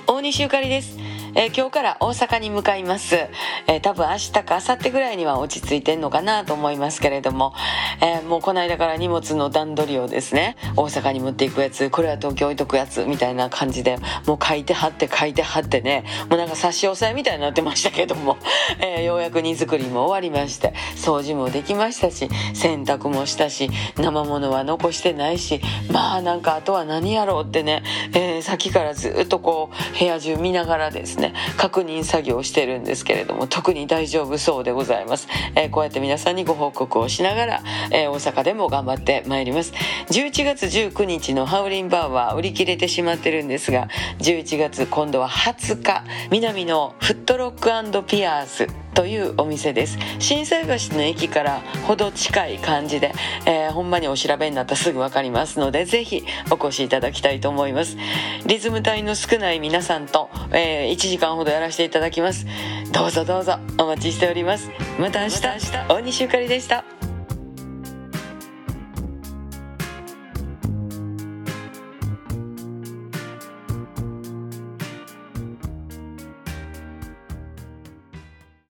大西ゆかりです。今日から大阪に向かいます。多分明日か明後日ぐらいには落ち着いてんのかなと思いますけれども、もうこの間から荷物の段取りをですね、大阪に持っていくやつ、これは東京置いとくやつみたいな感じでもう書いて貼ってね、もうなんか差し押さえみたいになってましたけども、ようやく荷造りも終わりまして、掃除もできましたし、洗濯もしたし、生物は残してないし、まあなんかあとは何やろうってね、さっきからずっとこう部屋中見ながらですね、確認作業をしてるんですけれども、特に大丈夫そうでございます。こうやって皆さんにご報告をしながら、大阪でも頑張ってまいります。11月19日のハウリンバーは売り切れてしまってるんですが、11月今度は20日、南のフットロック&ピアースというお店です。心斎橋の駅からほど近い感じで、ほんまにお調べになったらすぐ分かりますので、ぜひお越しいただきたいと思います。リズム帯の少ない皆さんと、1時間ほどやらせていただきます。どうぞお待ちしております。また明日。大西ゆかりでした。